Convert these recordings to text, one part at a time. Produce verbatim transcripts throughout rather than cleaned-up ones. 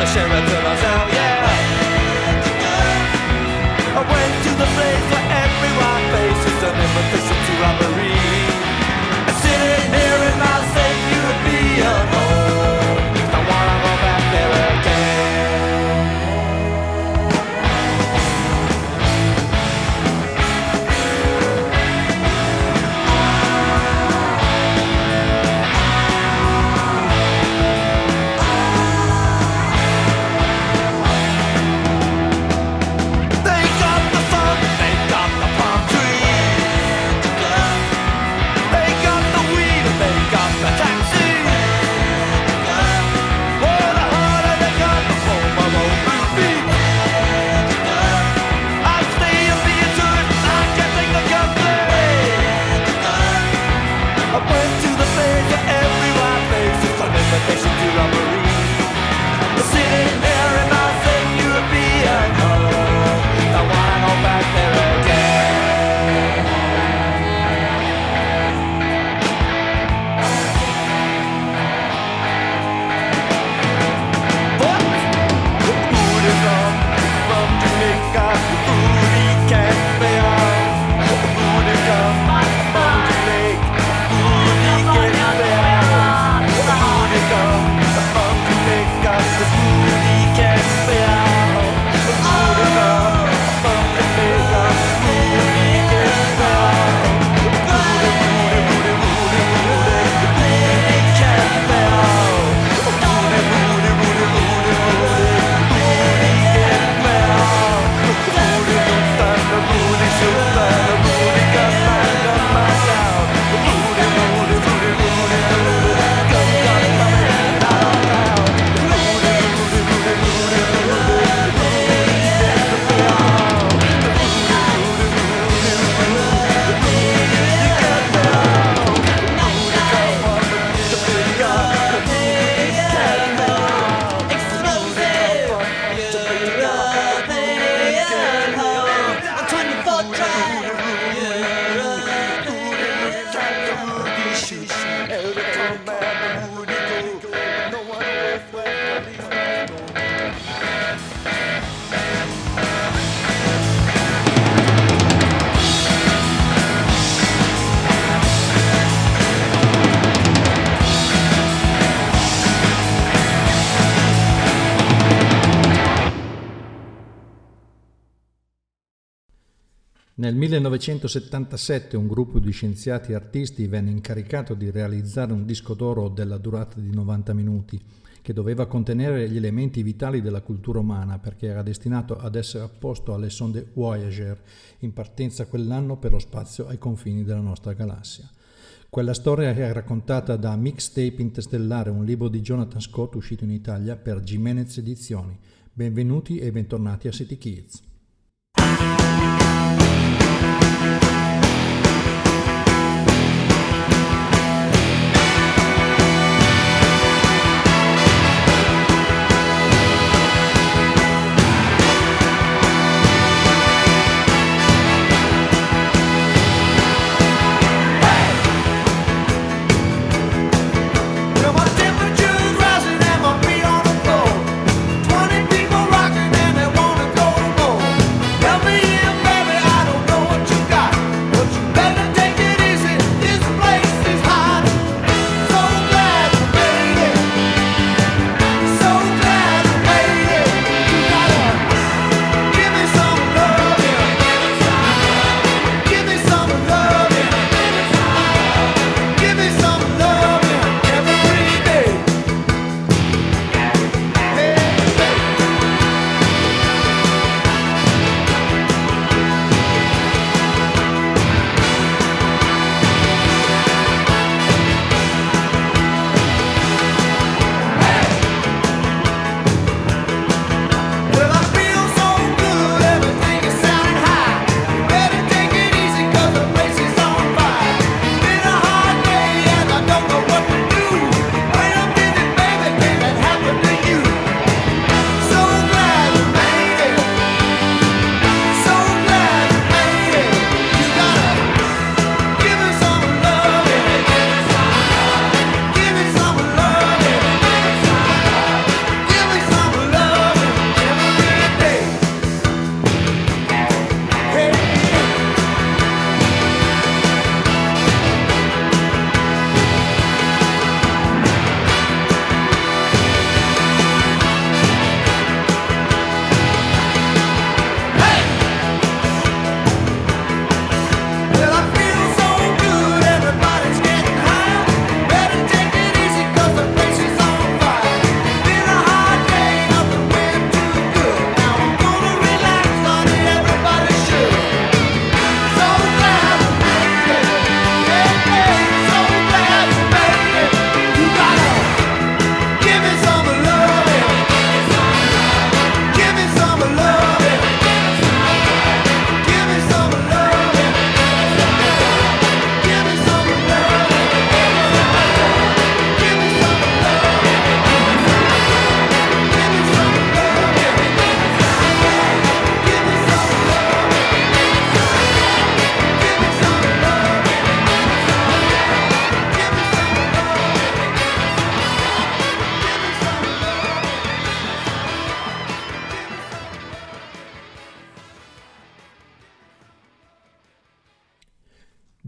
Sheraton Hotel, yeah. I went to the place where everyone faces an invitation to robbery. I'm sitting here in my safe European home. I wanna go back there again. Nel millenovecentosettantasette un gruppo di scienziati e artisti venne incaricato di realizzare un disco d'oro della durata di novanta minuti, che doveva contenere gli elementi vitali della cultura umana perché era destinato ad essere apposto alle sonde Voyager, in partenza quell'anno per lo spazio ai confini della nostra galassia. Quella storia è raccontata da Mixtape Interstellare, un libro di Jonathan Scott uscito in Italia per Jimenez Edizioni. Benvenuti e bentornati a City Kids. Tell me, baby, I don't know what you got.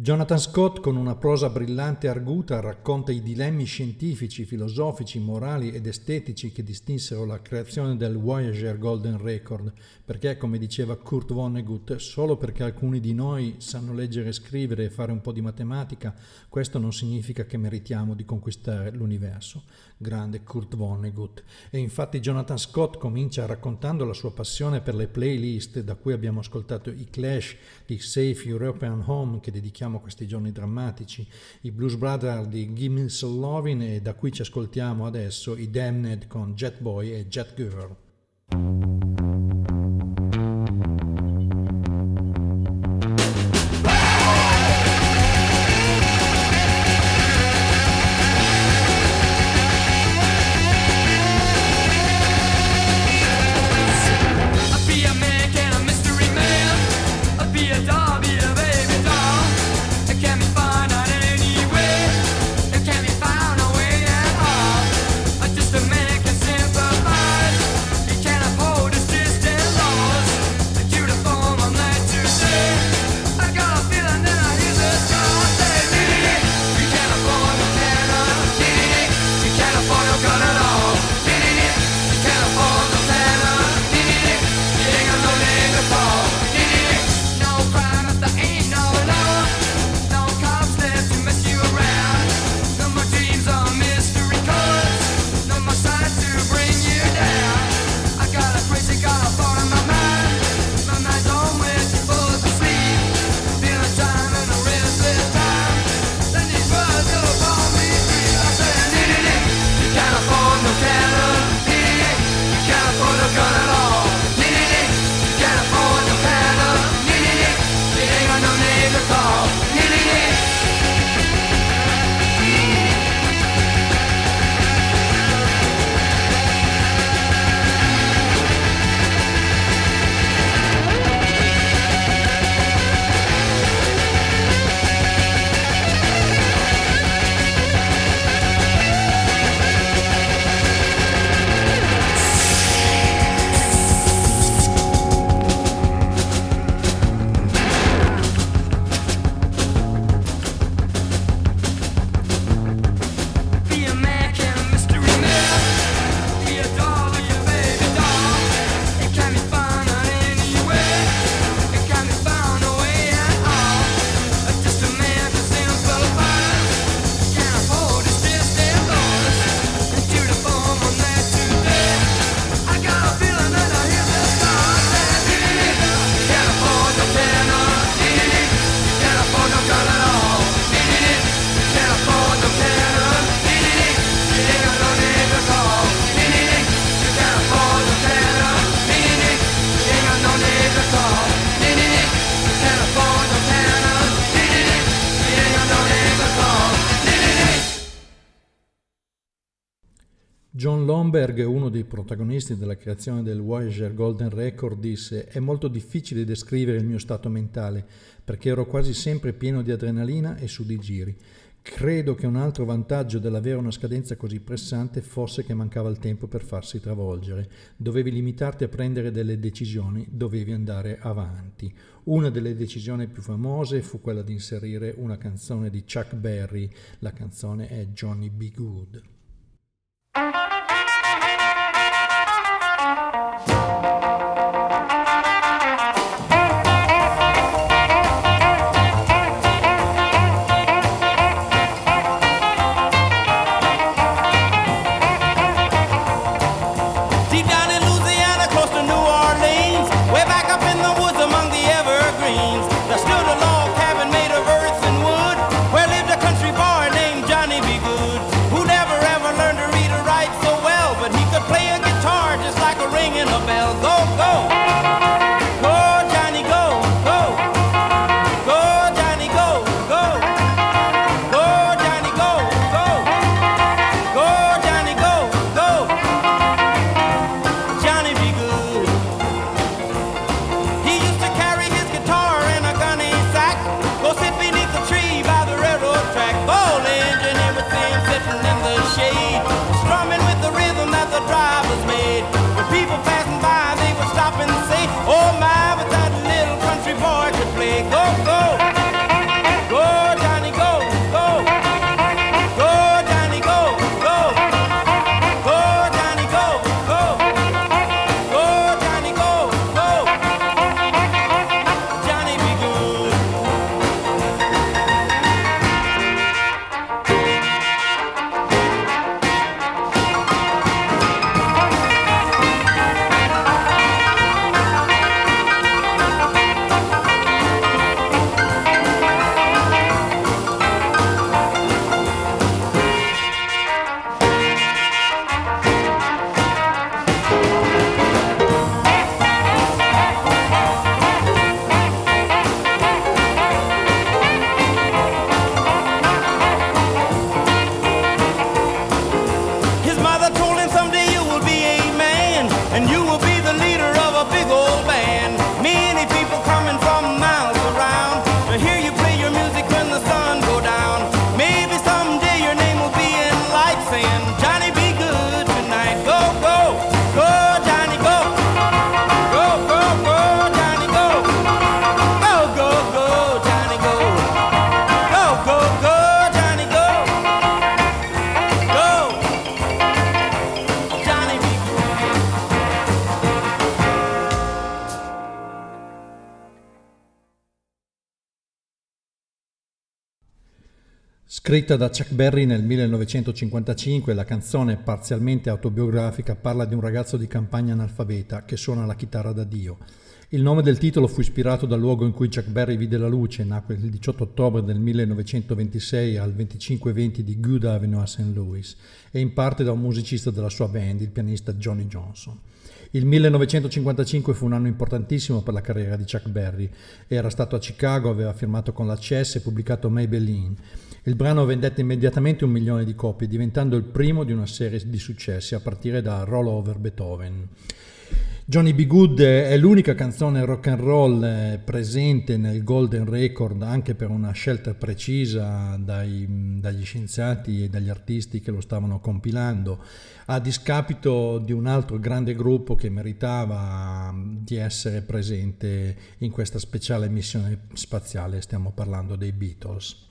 Jonathan Scott, con una prosa brillante e arguta, racconta i dilemmi scientifici, filosofici, morali ed estetici che distinsero la creazione del Voyager Golden Record, perché, come diceva Kurt Vonnegut, solo perché alcuni di noi sanno leggere e scrivere e fare un po' di matematica, questo non significa che meritiamo di conquistare l'universo. Grande Kurt Vonnegut. E infatti Jonathan Scott comincia raccontando la sua passione per le playlist, da cui abbiamo ascoltato i Clash di Safe European Home, che dedichiamo a questi giorni drammatici, i Blues Brothers di Gimme Some Lovin', e da cui ci ascoltiamo adesso i Damned con Jet Boy e Jet Girl. Just a man can sympathize. He can't afford his John Lomberg, uno dei protagonisti della creazione del Voyager Golden Record, disse: «È molto difficile descrivere il mio stato mentale, perché ero quasi sempre pieno di adrenalina e su di giri. Credo che un altro vantaggio dell'avere una scadenza così pressante fosse che mancava il tempo per farsi travolgere. Dovevi limitarti a prendere delle decisioni, dovevi andare avanti». Una delle decisioni più famose fu quella di inserire una canzone di Chuck Berry. La canzone è Johnny B. Good. Who never ever Scritta da Chuck Berry nel millenovecentocinquantacinque, la canzone parzialmente autobiografica parla di un ragazzo di campagna analfabeta che suona la chitarra da Dio. Il nome del titolo fu ispirato dal luogo in cui Chuck Berry vide la luce, nacque il diciotto ottobre del millenovecentoventisei al venticinque venti di Good Avenue a Saint Louis, e in parte da un musicista della sua band, il pianista Johnny Johnson. Il millenovecentocinquantacinque fu un anno importantissimo per la carriera di Chuck Berry. Era stato a Chicago, aveva firmato con la Chess e pubblicato Maybelline. Il brano vendette immediatamente un milione di copie, diventando il primo di una serie di successi a partire da Roll Over Beethoven. Johnny B. Good è l'unica canzone rock and roll presente nel Golden Record, anche per una scelta precisa dai, dagli scienziati e dagli artisti che lo stavano compilando, a discapito di un altro grande gruppo che meritava di essere presente in questa speciale missione spaziale. Stiamo parlando dei Beatles.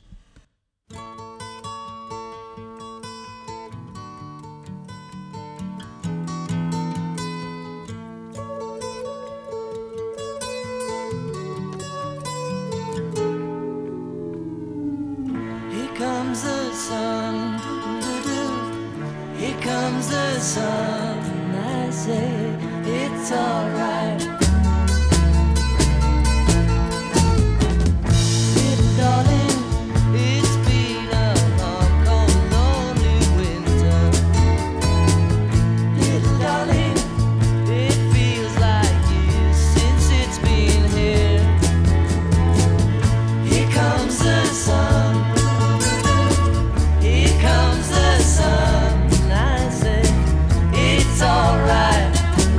Comes the sun, doo-doo-doo. Here comes the sun, I say it's alright. Little darling, it's been a long, cold, lonely winter. Little darling, it feels like years since it's been here. Here comes the sun. It's alright.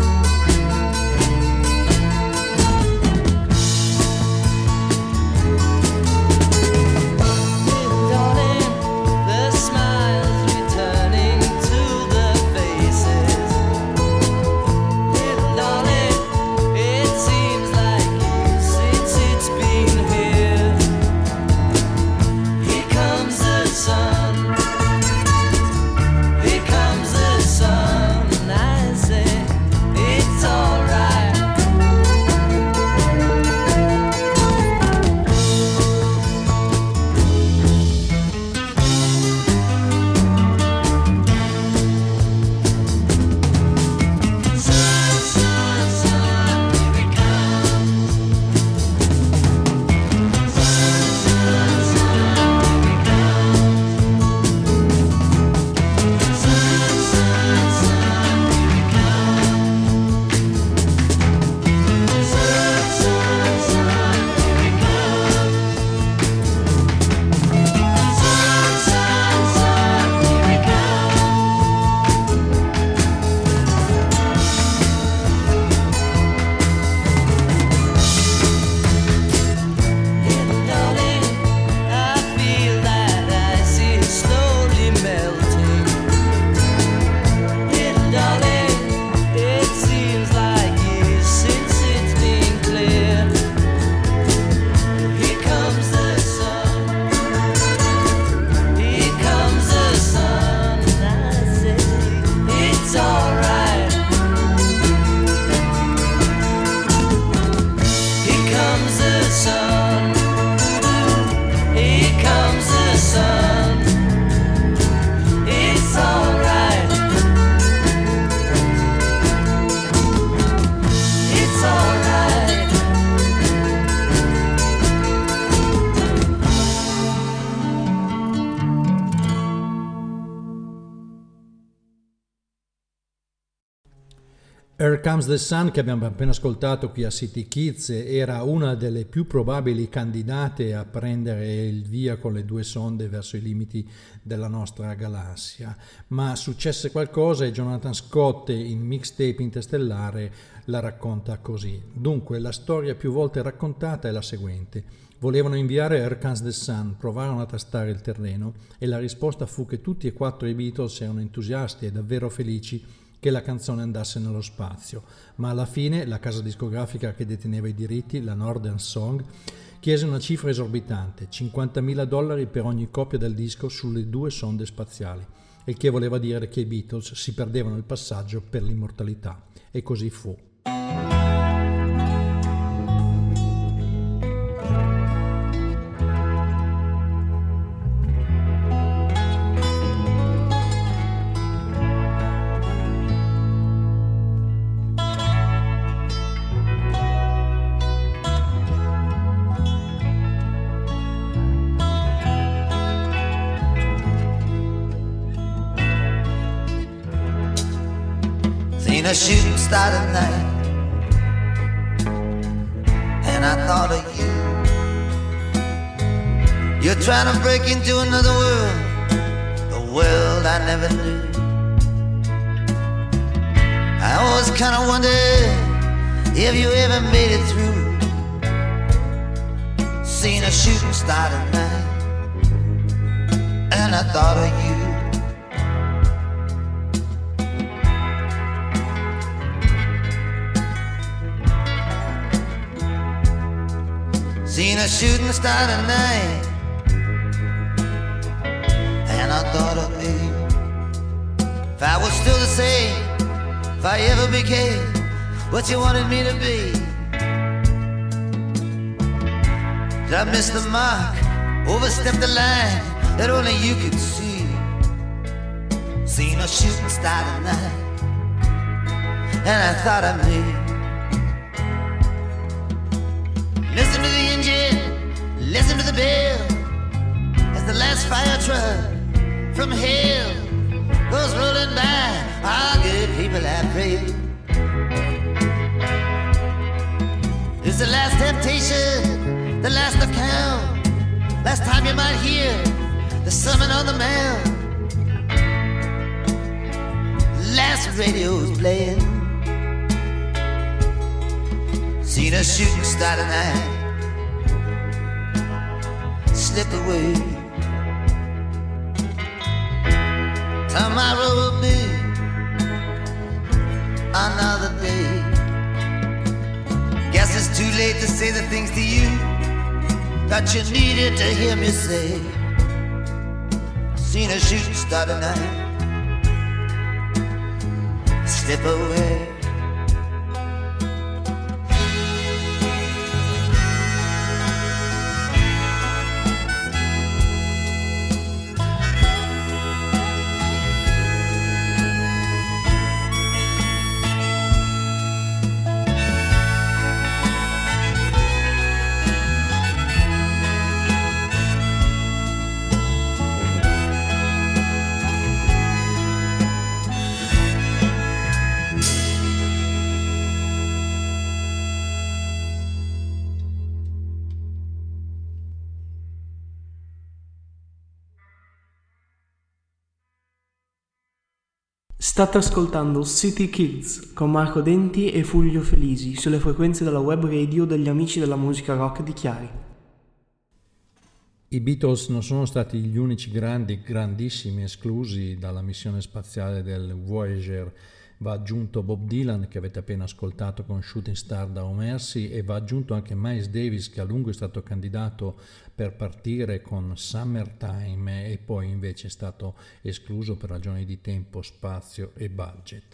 Here Comes the Sun, che abbiamo appena ascoltato qui a City Kids, era una delle più probabili candidate a prendere il via con le due sonde verso i limiti della nostra galassia, ma successe qualcosa e Jonathan Scott in Mixtape Interstellare la racconta così. Dunque, la storia più volte raccontata è la seguente. Volevano inviare Here Comes the Sun, provarono a tastare il terreno e la risposta fu che tutti e quattro i Beatles erano entusiasti e davvero felici che la canzone andasse nello spazio, ma alla fine la casa discografica che deteneva i diritti, la Northern Song, chiese una cifra esorbitante, cinquantamila dollari per ogni copia del disco sulle due sonde spaziali, il che voleva dire che i Beatles si perdevano il passaggio per l'immortalità, e così fu. Seen a shooting star tonight, and I thought of you. You're trying to break into another world, a world I never knew. I always kind of wondered if you ever made it through. Seen a shooting star tonight, and I thought of you. Seen a shooting star tonight, and I thought of me. If I was still the same, if I ever became what you wanted me to be. Did I miss the mark, overstep the line that only you could see? Seen a shooting star tonight, and I thought of me. Listen to the engine, listen to the bell, as the last fire truck from hell goes rolling by. Our good people, I pray. It's the last temptation, the last account, last time you might hear the sermon on the mount. Last radio's playing. Seen a shooting star tonight slip away. Tomorrow will be another day. Guess it's too late to say the things to you that you needed to hear me say. Seen a shooting star tonight slip away. State ascoltando City Kids con Marco Denti e Fulvio Felisi sulle frequenze della web radio degli amici della musica rock di Chiari. I Beatles non sono stati gli unici grandi, grandissimi esclusi dalla missione spaziale del Voyager. Va aggiunto Bob Dylan, che avete appena ascoltato con Shooting Star da Oh Mercy, e va aggiunto anche Miles Davis, che a lungo è stato candidato per partire con Summertime e poi invece è stato escluso per ragioni di tempo, spazio e budget.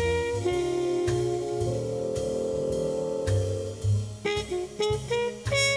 Thank you.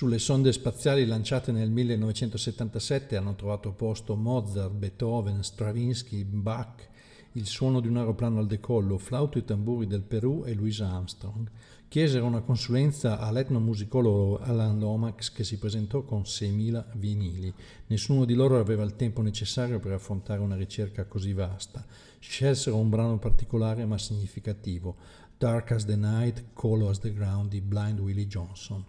Sulle sonde spaziali lanciate nel millenovecentosettantasette hanno trovato posto Mozart, Beethoven, Stravinsky, Bach, il suono di un aeroplano al decollo, flauto e tamburi del Perù e Louis Armstrong. Chiesero una consulenza all'etnomusicologo Alan Lomax, che si presentò con seimila vinili. Nessuno di loro aveva il tempo necessario per affrontare una ricerca così vasta. Scelsero un brano particolare ma significativo, Dark as the Night, Cold as the Ground di Blind Willie Johnson.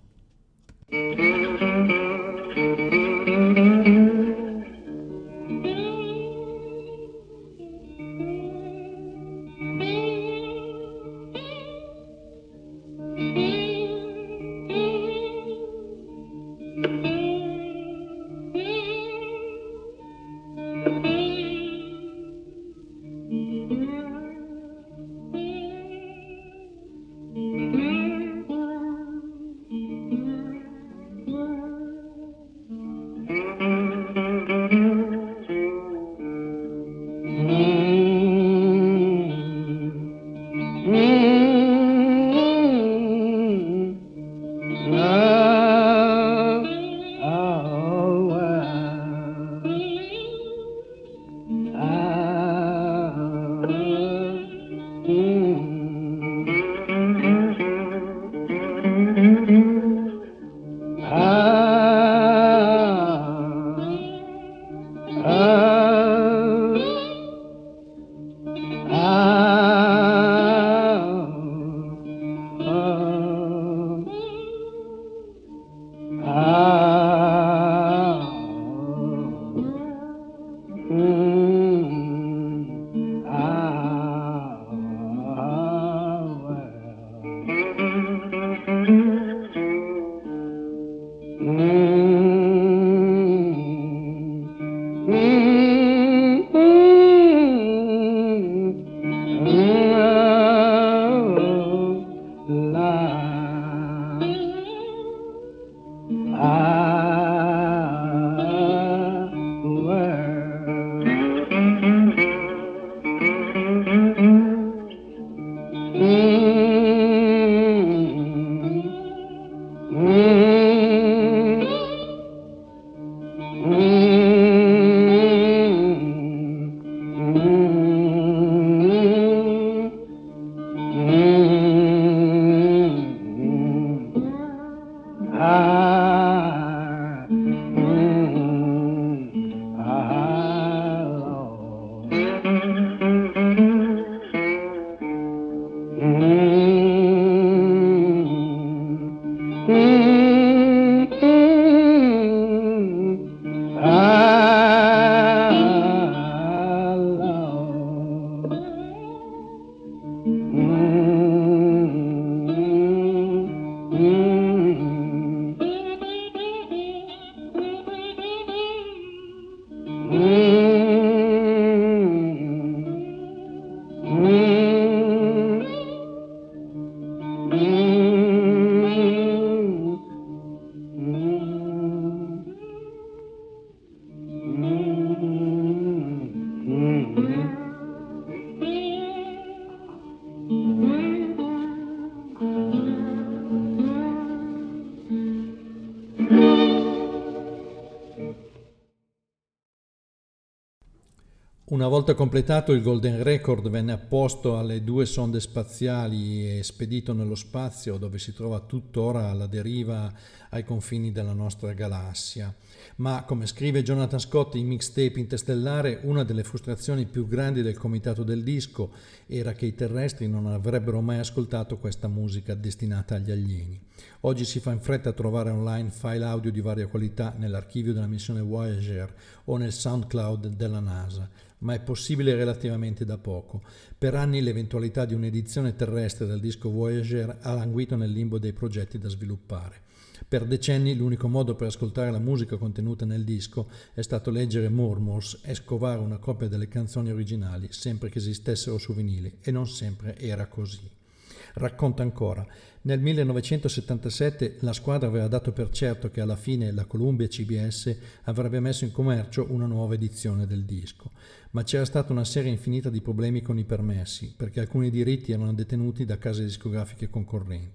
Una volta completato, il Golden Record venne apposto alle due sonde spaziali e spedito nello spazio, dove si trova tuttora alla deriva ai confini della nostra galassia. Ma, come scrive Jonathan Scott in Mixtape Interstellare, una delle frustrazioni più grandi del comitato del disco era che i terrestri non avrebbero mai ascoltato questa musica destinata agli alieni. Oggi si fa in fretta a trovare online file audio di varia qualità nell'archivio della missione Voyager o nel SoundCloud della NASA, ma è possibile relativamente da poco. Per anni l'eventualità di un'edizione terrestre del disco Voyager ha languito nel limbo dei progetti da sviluppare. Per decenni l'unico modo per ascoltare la musica contenuta nel disco è stato leggere Murmurs e scovare una copia delle canzoni originali sempre che esistessero su vinili, e non sempre era così. Racconta ancora: nel millenovecentosettantasette la squadra aveva dato per certo che alla fine la Columbia C B S avrebbe messo in commercio una nuova edizione del disco, ma c'era stata una serie infinita di problemi con i permessi, perché alcuni diritti erano detenuti da case discografiche concorrenti.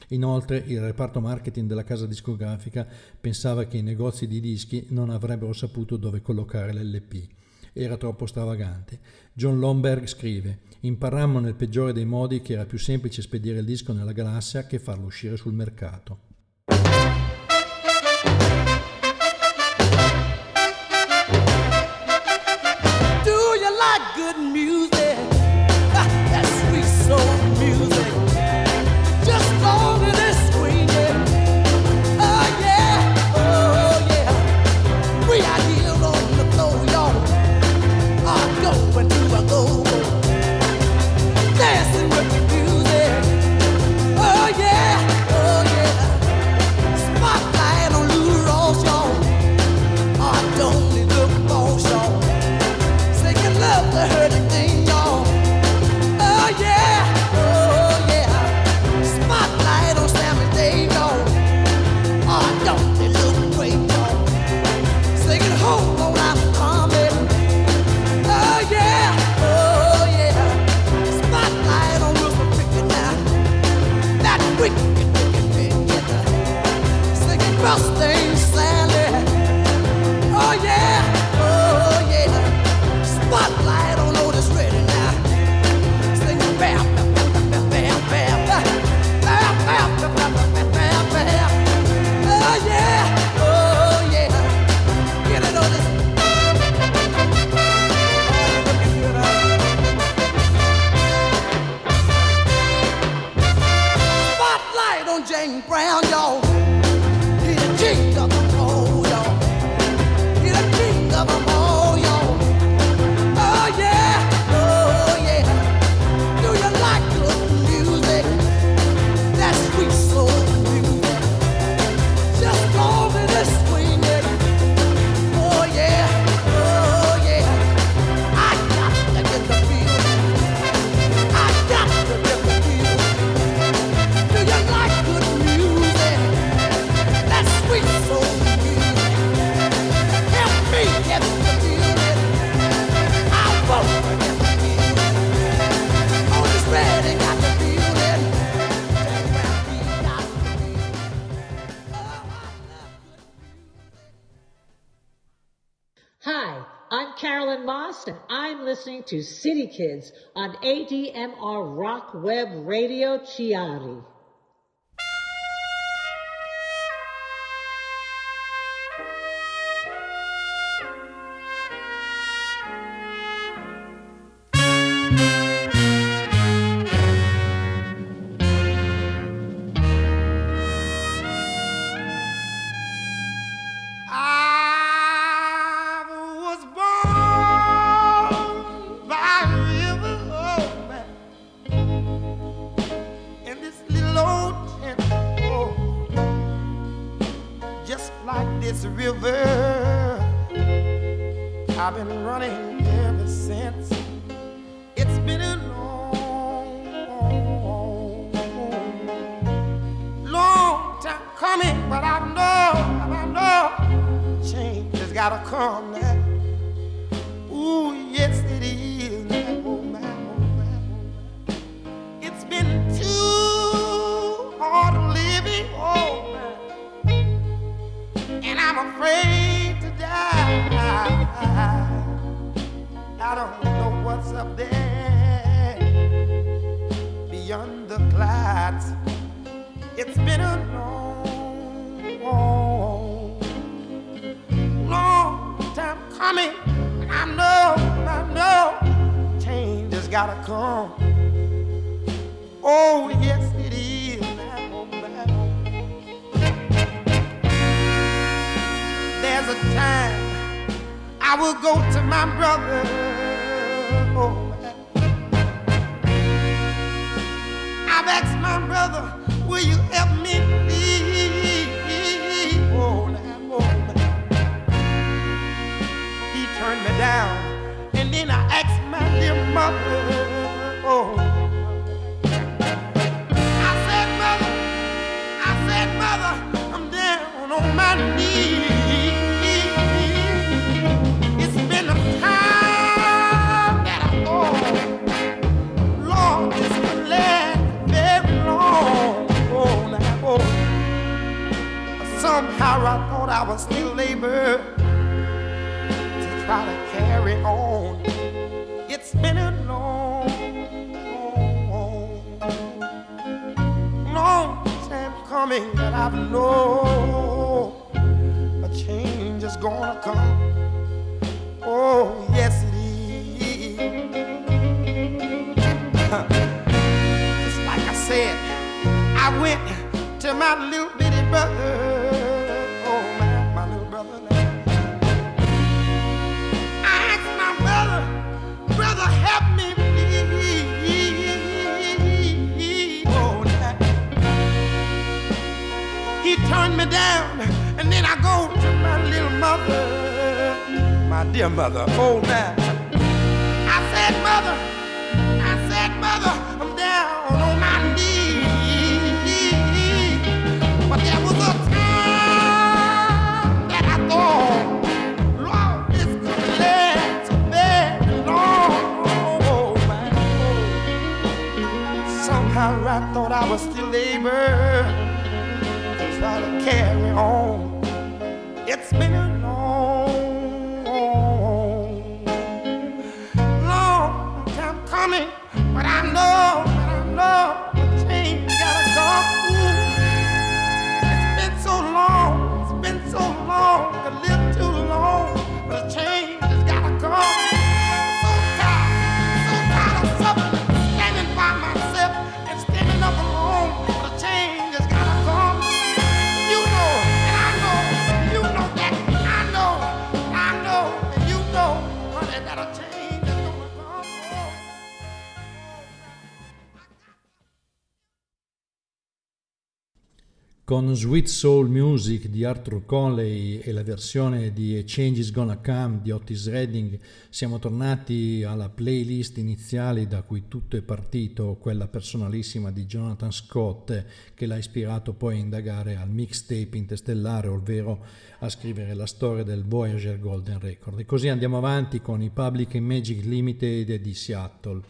Inoltre il reparto marketing della casa discografica pensava che i negozi di dischi non avrebbero saputo dove collocare l'L P. Era troppo stravagante. John Lomberg scrive: imparammo nel peggiore dei modi che era più semplice spedire il disco nella galassia che farlo uscire sul mercato. Do you like good music? That sweet soul music. Just long as it's swinging. Oh yeah, oh yeah. We are here on the floor, y'all. Are going to a go-go. Dancing with the music. Oh yeah, oh yeah. Spotlight on Lou Ross, y'all. Oh, don't it look boss, y'all. Singing love to her thing, y'all. Oh yeah, oh yeah. Spotlight on Sammy Day, y'all. Oh, don't it look great, y'all. Singing home on I'm coming. Oh yeah, oh yeah. Spotlight on Wilson Pickett now. That wicked, wicked Pickett. Singing Mustang Sally. Oh yeah, oh yeah. Spotlight on Otis Redding now. Singing bam, bam, bam, bam, bam, bam. Bam, bam, bam, bam, bam, bam, bam. Oh yeah, oh yeah. Get it, Otis. Spotlight on James Brown, y'all. He the king of the roll, y'all. He the king of them all, y'all. Oh yeah, oh yeah. Do you like good music? That sweet soul music. Just long as it's swinging. Oh yeah, oh yeah. I got to get the feeling. I got to get the feeling. Do you like good music? That sweet soul music. Help me get the feeling. I won't forget the feeling. Otis Redding got the feeling. James Brown, he got the feeling. Oh, I love good music. Hi, I'm Carolyn Moss, and I'm listening to City Kids on A D M R Rock Web Radio Chiari. I was born by a river, oh man, in this little old tent, oh, just like this river, I've been running ever since. It's been a long, long time coming, but I know, I know. Change has gotta come now. Ooh, yes it is now. Oh my, oh my, oh my. It's been too hard living, oh my. And I'm afraid to die. I don't know what's up there beyond the clouds. It's been a long, long, long time coming. And I know, I know, change has gotta come. Oh, yes, it is now. Oh, my. There's a time I will go to my brother. Oh, my. I've asked my brother, will you help me please? Oh, now, oh, my. He turned me down, and then I asked my dear mother. Oh, I said, mother, I said, mother, I'm down on my knees. It's been a time that I thought, Lord, this could last very long. Oh, now. Somehow I thought I was still able to try to carry on. It's been a long, long, long time coming that I've known a change is gonna come. Oh, yes it is. Just like I said, I went to my little bitty brother. Oh, my, my little brother. I asked my brother, brother, help me, please. Oh, now. He turned me down, and then I go to my little mother, my dear mother. Oh, now. I said, mother, I said, mother, I'm down on my knees. But there was a time that I thought, Lord, it's gonna last so very long. Oh, my Lord. Somehow I thought I was still able to try to carry on. It's been a long, long time coming, but I know, but I know the change gotta come. It's been so long, it's been so long, a little too long, but the change has gotta come. So tired, so tired of suffering, standing by myself and standing up alone, but the change has gotta come. You know, and I know, you know that, I know, and I know, and you know, honey, that a change is gonna come. Con Sweet Soul Music di Arthur Conley e la versione di A Change Is Gonna Come di Otis Redding siamo tornati alla playlist iniziale da cui tutto è partito, quella personalissima di Jonathan Scott, che l'ha ispirato poi a indagare al mixtape interstellare, ovvero a scrivere la storia del Voyager Golden Record. E così andiamo avanti con i Public Magic Limited di Seattle.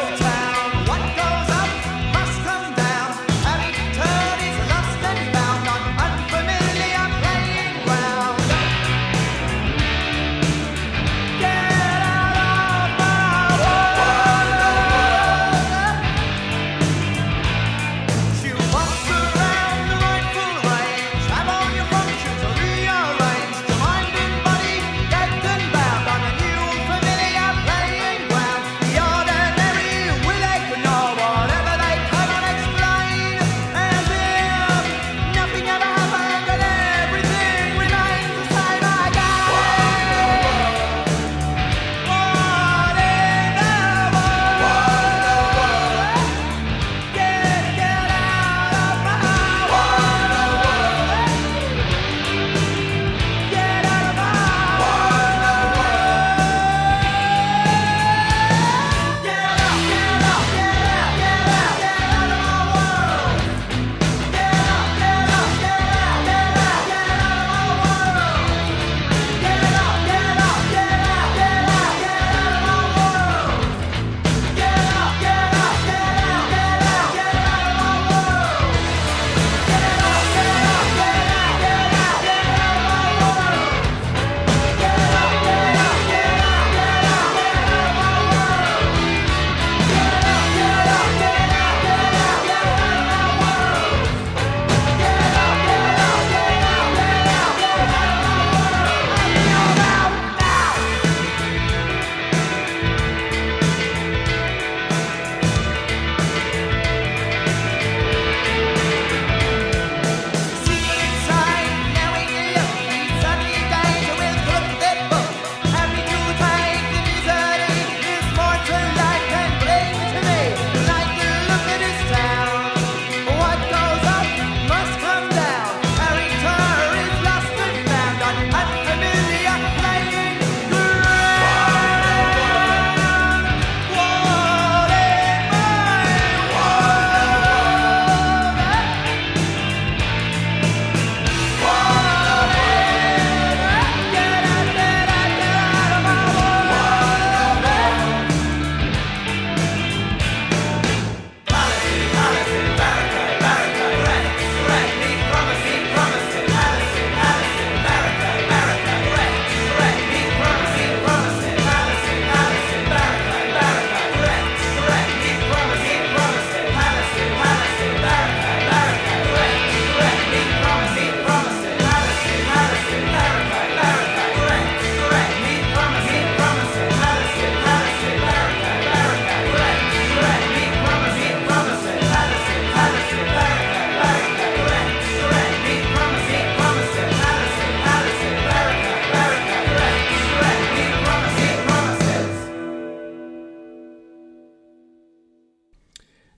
What goes up must come down. Having turn is lost and found.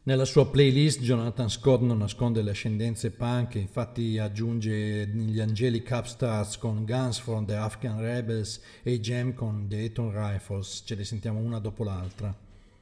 Nella sua playlist Jonathan Scott non nasconde le ascendenze punk, infatti aggiunge gli Angelic Upstarts con Guns from the Afghan Rebels e i Jam con The Eton Rifles. Ce le sentiamo una dopo l'altra.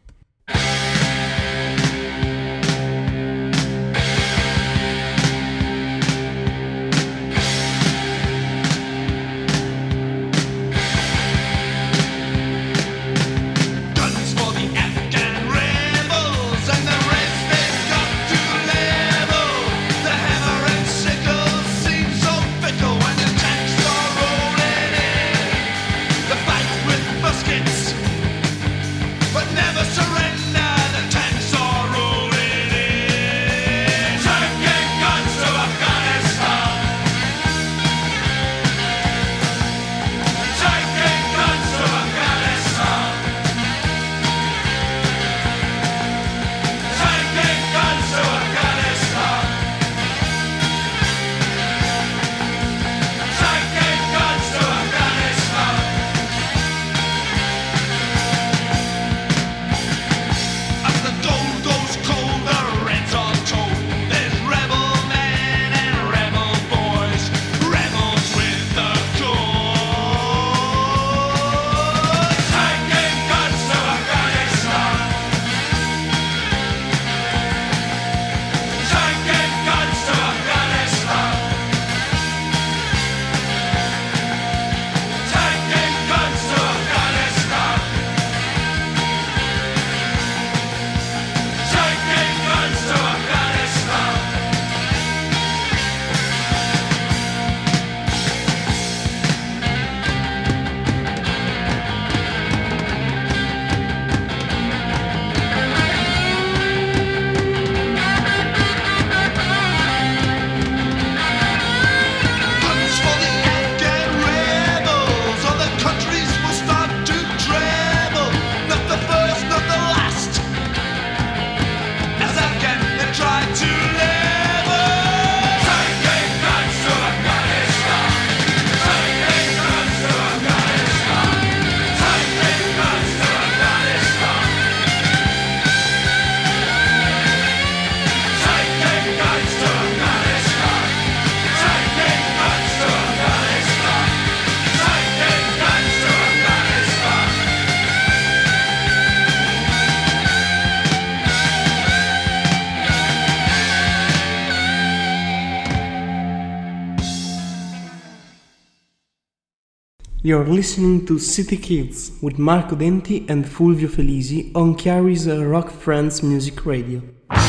You're listening to City Kids with Marco Denti and Fulvio Felisi on Chiari's Rock Friends Music Radio.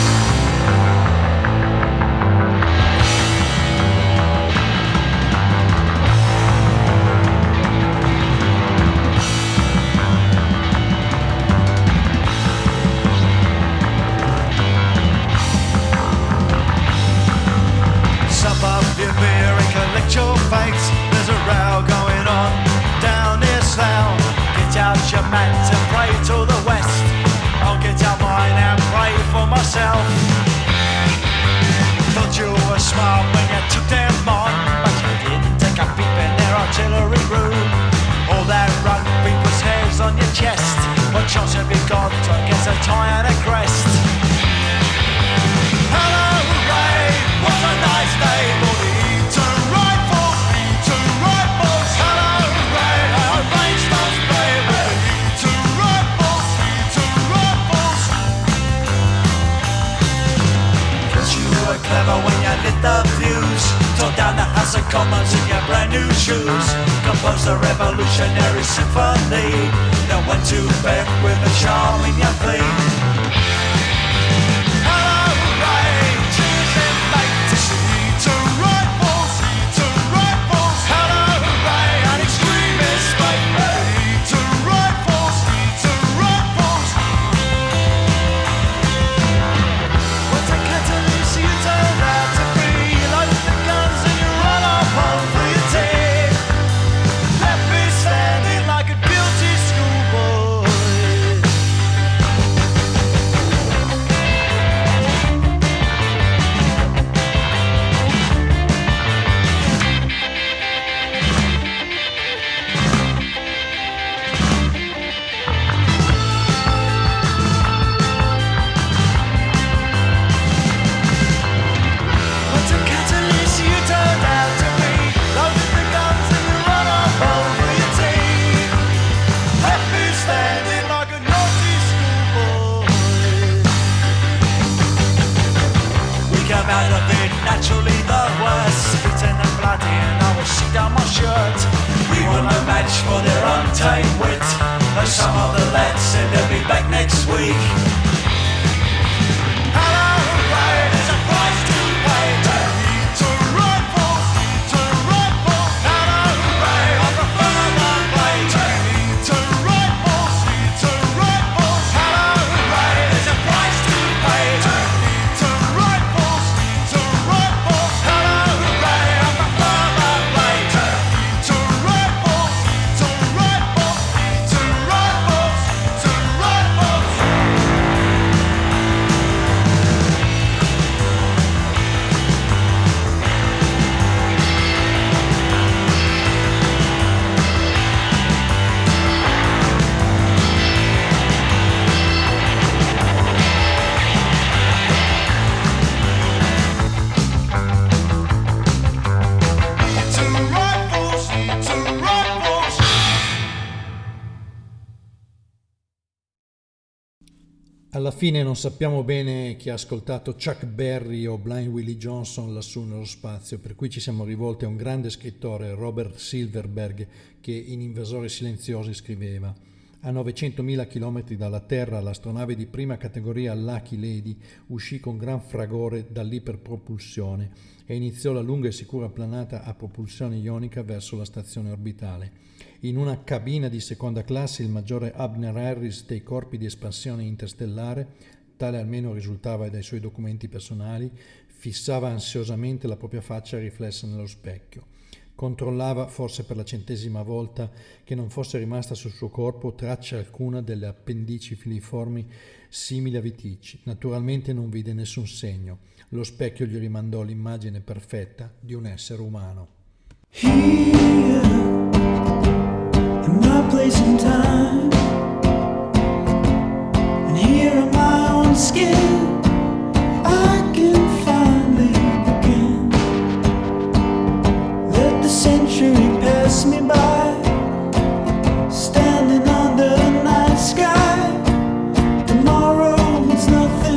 Sup up your beer and collect your fates. There's a row going on down near Slough. Get out your mat and pray to the west. I'll get out mine and pray for myself. Thought you were smart when you took them on, but you didn't take a peep in their artillery room. All that rugby was hairs on your chest. What chance have you got to get a tie and a crest? Hello, Ray, what a nice day for the Eton Rifles. Eton Rifles, hello, Ray, our range does play with the Eton Rifles. Eton Rifles. Cause you were clever when you lit the fuse. Tore down the House of Commons in your brand new shoes. Composed a revolutionary symphony. Then went to bed with a charm in your plea. naturally the worst, beaten and bloody, and I will shit down my shirt. We were no match for their untamed wit, though some of the lads said they'll be back next week. Hello, hooray, there's a price to pay. Don't need to rifles, to rifles. Hello, hooray, I prefer the blade. Don't need to rifles, to rifles. Hello, hooray, there's a price to pay. Don't need to rifles, to rifles. Hello, hooray, I prefer the blade. Don't need to rifles, to rifles, to rifles, to rifles. To rifles, to rifles. Alla fine non sappiamo bene chi ha ascoltato Chuck Berry o Blind Willie Johnson lassù nello spazio, per cui ci siamo rivolti a un grande scrittore, Robert Silverberg, che in Invasori Silenziosi scriveva: a novecentomila chilometri dalla Terra l'astronave di prima categoria Lucky Lady uscì con gran fragore dall'iperpropulsione e iniziò la lunga e sicura planata a propulsione ionica verso la stazione orbitale. In una cabina di seconda classe il maggiore Abner Harris dei corpi di espansione interstellare, tale almeno risultava dai suoi documenti personali, fissava ansiosamente la propria faccia riflessa nello specchio. Controllava, forse per la centesima volta, che non fosse rimasta sul suo corpo traccia alcuna delle appendici filiformi simili a viticci. Naturalmente non vide nessun segno. Lo specchio gli rimandò l'immagine perfetta di un essere umano. Here, in my place and time, and here in my own skin, I can finally begin. Let the century pass me by, standing under the night sky. Tomorrow means nothing.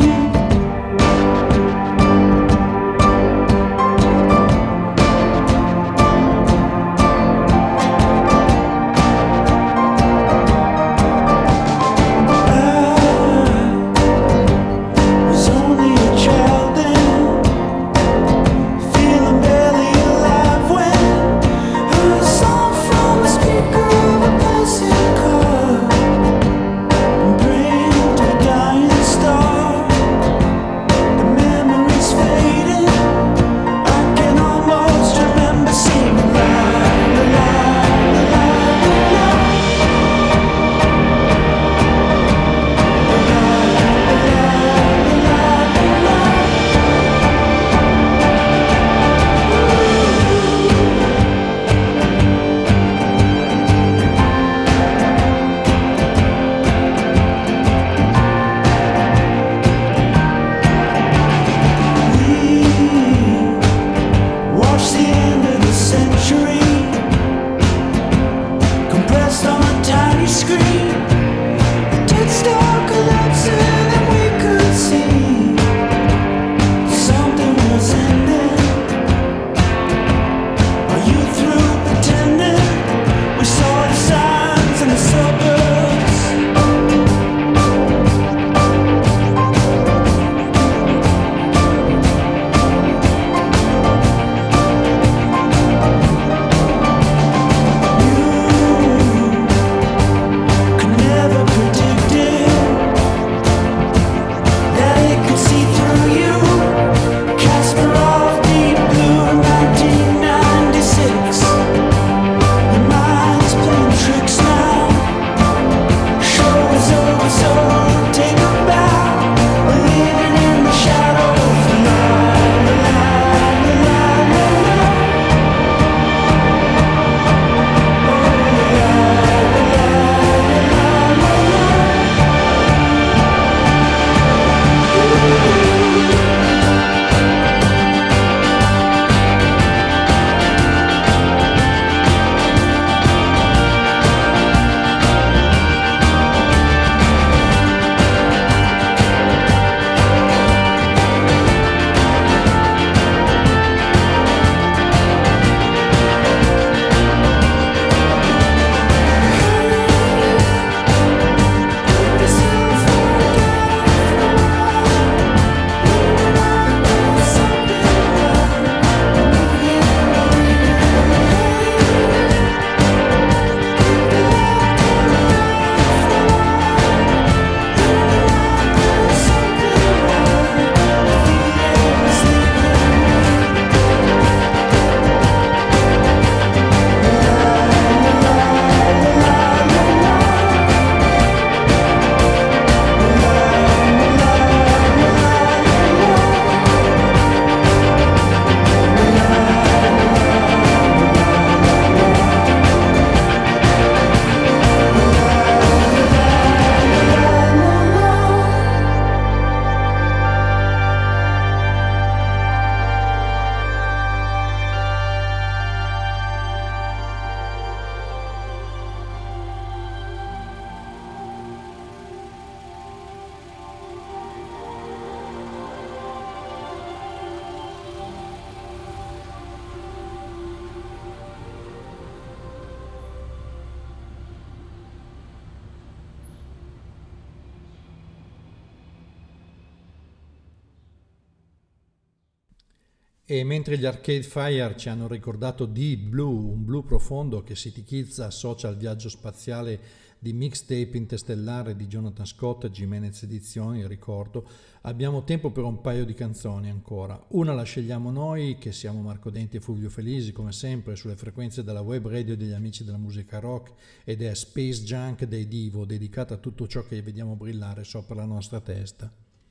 E mentre gli Arcade Fire ci hanno ricordato Deep Blue, un blu profondo che City Kids associa al viaggio spaziale di Mixtape Interstellare di Jonathan Scott e Jimenez Edizioni, ricordo, abbiamo tempo per un paio di canzoni ancora. Una la scegliamo noi, che siamo Marco Denti e Fulvio Felisi, come sempre, sulle frequenze della web radio degli amici della musica rock, ed è Space Junk dei Divo, dedicata a tutto ciò che vediamo brillare sopra la nostra testa.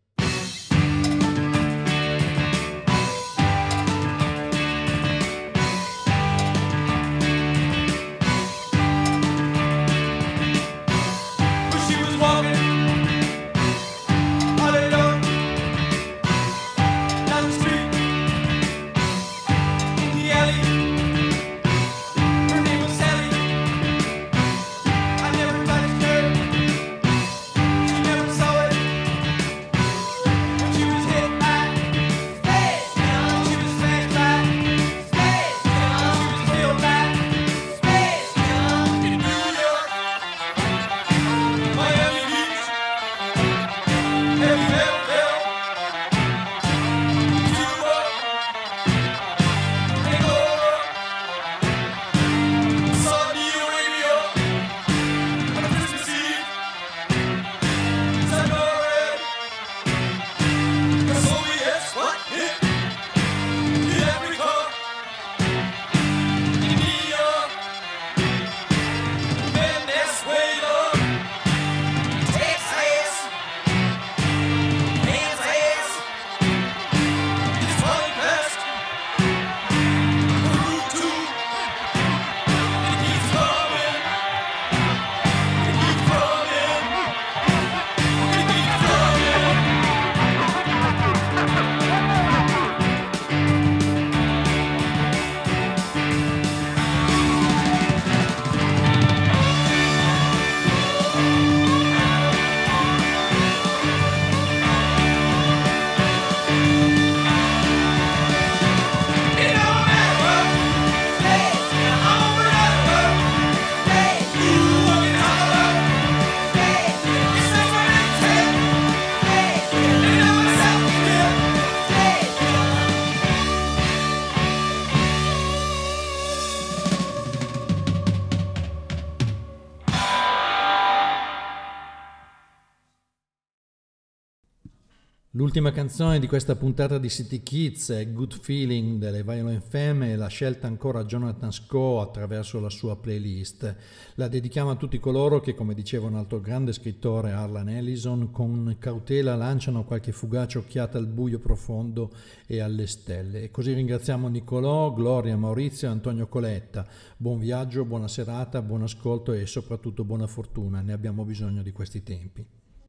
L'ultima canzone di questa puntata di City Kids è Good Feeling delle Violent Femmes e l'ha scelta ancora Jonathan Scott attraverso la sua playlist. La dedichiamo a tutti coloro che, come diceva un altro grande scrittore, Harlan Ellison, con cautela lanciano qualche fugace occhiata al buio profondo e alle stelle. E così ringraziamo Nicolò, Gloria, Maurizio e Antonio Coletta. Buon viaggio, buona serata, buon ascolto e soprattutto buona fortuna. Ne abbiamo bisogno di questi tempi.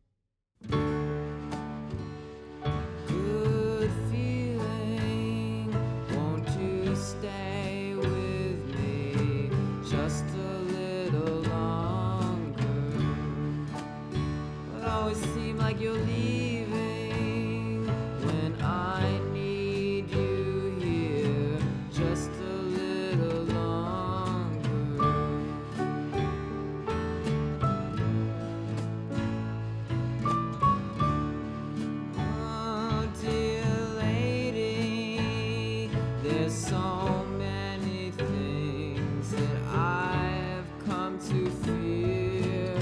You're leaving when I need you here just a little longer. Oh, dear lady, there's so many things that I've come to fear.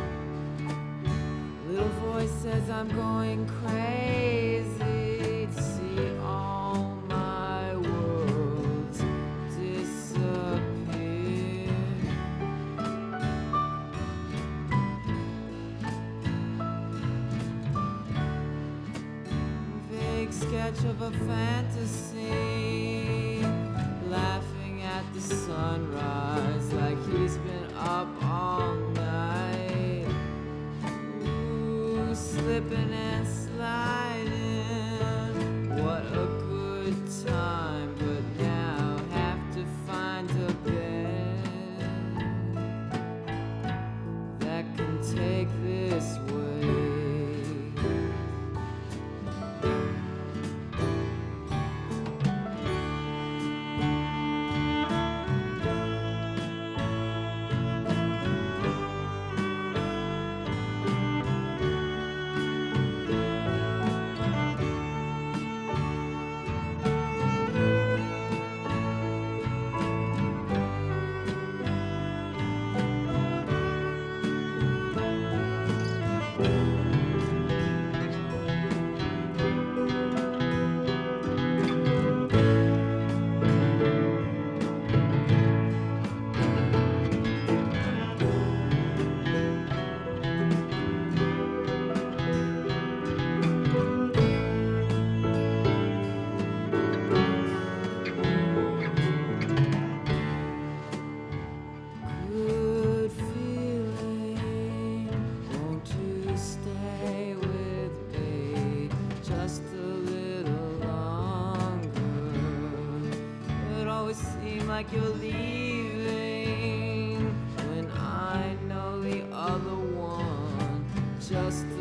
Little voice says I'm going crazy to see all my worlds disappear. Vague sketch of a fantasy, laughing at the sunrise like he's been up all night. Slipping and sliding, what a good time, but now have to find a bed that can take this way. like you're leaving when I know the other one just